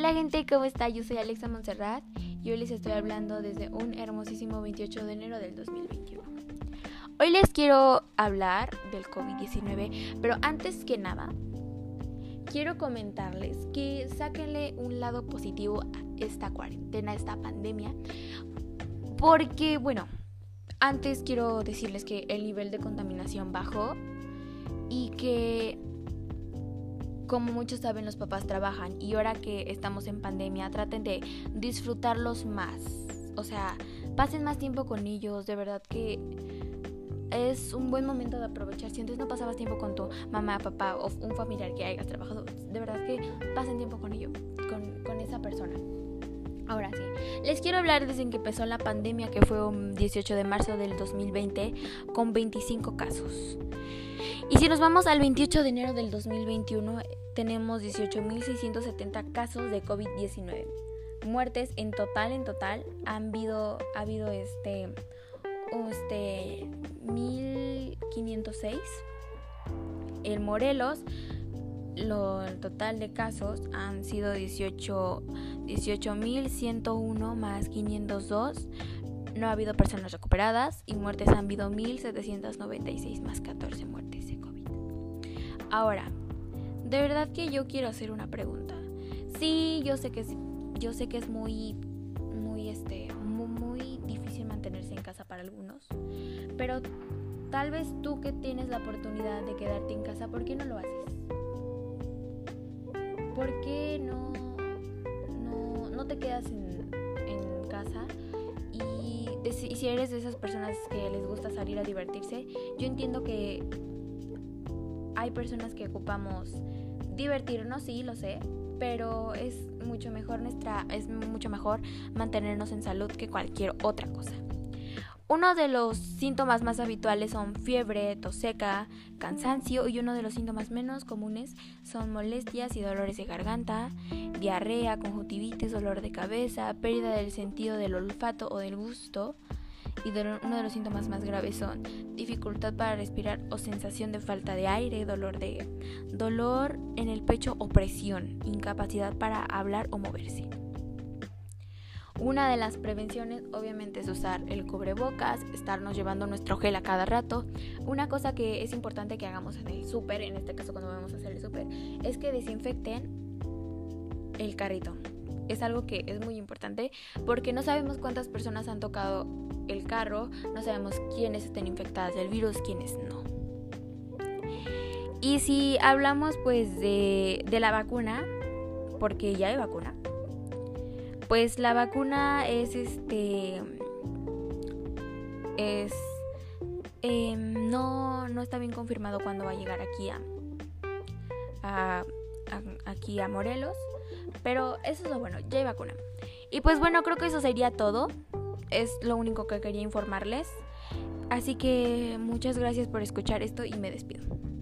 Hola gente, ¿cómo está? Yo soy Alexa Montserrat y hoy les estoy hablando desde un hermosísimo 28 de enero del 2021. Hoy les quiero hablar del COVID-19, pero antes que nada, quiero comentarles que sáquenle un lado positivo a esta cuarentena, a esta pandemia, porque antes quiero decirles que el nivel de contaminación bajó y que, como muchos saben, los papás trabajan y ahora que estamos en pandemia traten de disfrutarlos más, o sea, pasen más tiempo con ellos, de verdad que es un buen momento de aprovechar. Si antes no pasabas tiempo con tu mamá, papá o un familiar que hayas trabajado, de verdad que pasen tiempo con ellos, con esa persona. Ahora sí, les quiero hablar desde que empezó la pandemia, que fue un 18 de marzo del 2020, con 25 casos. Y si nos vamos al 28 de enero del 2021, tenemos 18.670 casos de COVID-19. Muertes en total ha habido 1.506. En Morelos, el total de casos han sido 18.101 más 502. No ha habido personas recuperadas y muertes han habido 1.796 más 14 muertes de COVID. Ahora, de verdad que yo quiero hacer una pregunta. Sí, yo sé que es muy difícil mantenerse en casa para algunos, pero tal vez tú que tienes la oportunidad de quedarte en casa, ¿por qué no lo haces? ¿Por qué no te quedas en casa? Y si eres de esas personas que les gusta salir a divertirse, yo entiendo que hay personas que ocupamos divertirnos, sí, lo sé, pero es mucho mejor mantenernos en salud que cualquier otra cosa. Uno de los síntomas más habituales son fiebre, tos seca, cansancio, y uno de los síntomas menos comunes son molestias y dolores de garganta, diarrea, conjuntivitis, dolor de cabeza, pérdida del sentido del olfato o del gusto, y uno de los síntomas más graves son dificultad para respirar o sensación de falta de aire, dolor en el pecho o presión, incapacidad para hablar o moverse. Una de las prevenciones obviamente es usar el cubrebocas, estarnos llevando nuestro gel a cada rato. Una cosa que es importante que hagamos en el súper, en este caso cuando vamos a hacer el súper, es que desinfecten el carrito. Es algo que es muy importante porque no sabemos cuántas personas han tocado el carro, no sabemos quiénes estén infectadas del virus, quiénes no. Y si hablamos pues de la vacuna, porque ya hay vacuna, pues la vacuna no está bien confirmado cuándo va a llegar aquí a Morelos, pero eso es lo bueno, ya hay vacuna. Y pues creo que eso sería todo, es lo único que quería informarles, así que muchas gracias por escuchar esto y me despido.